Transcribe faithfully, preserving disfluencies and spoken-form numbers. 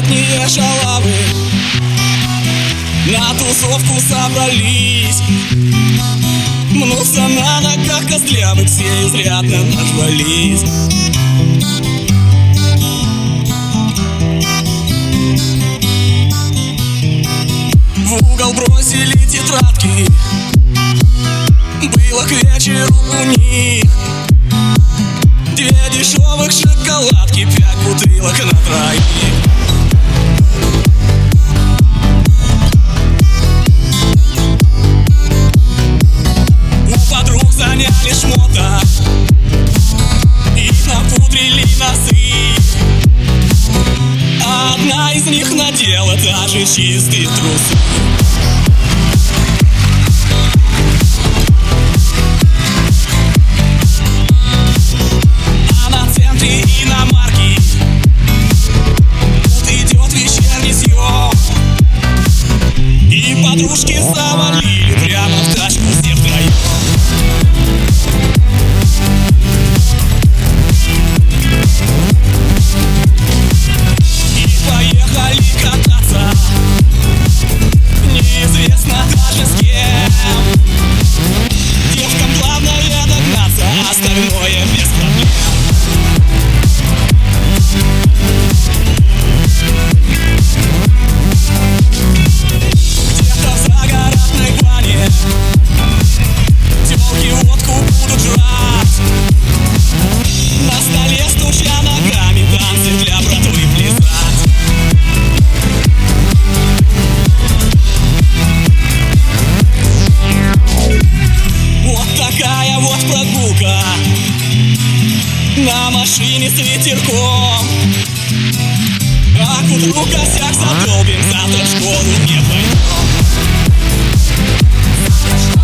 малолетние шалавы на тусовку собрались. Мнутся на ногах костлявых, все изрядно нажрались. В угол бросили тетрадки, было к вечеру у них две дешевых шоколадки, пять бутылок на троих. У подруг заняли шмота и напудрили носы, а одна из них надела даже чистые трусы. Подружки завалили прямо в тачку все втроем. И поехали кататься, неизвестно даже с кем. Девкам главное догнаться, остальное без проблем. На машине с ветерком, а к утру косяк задолбим, завтра в школу не пойдем.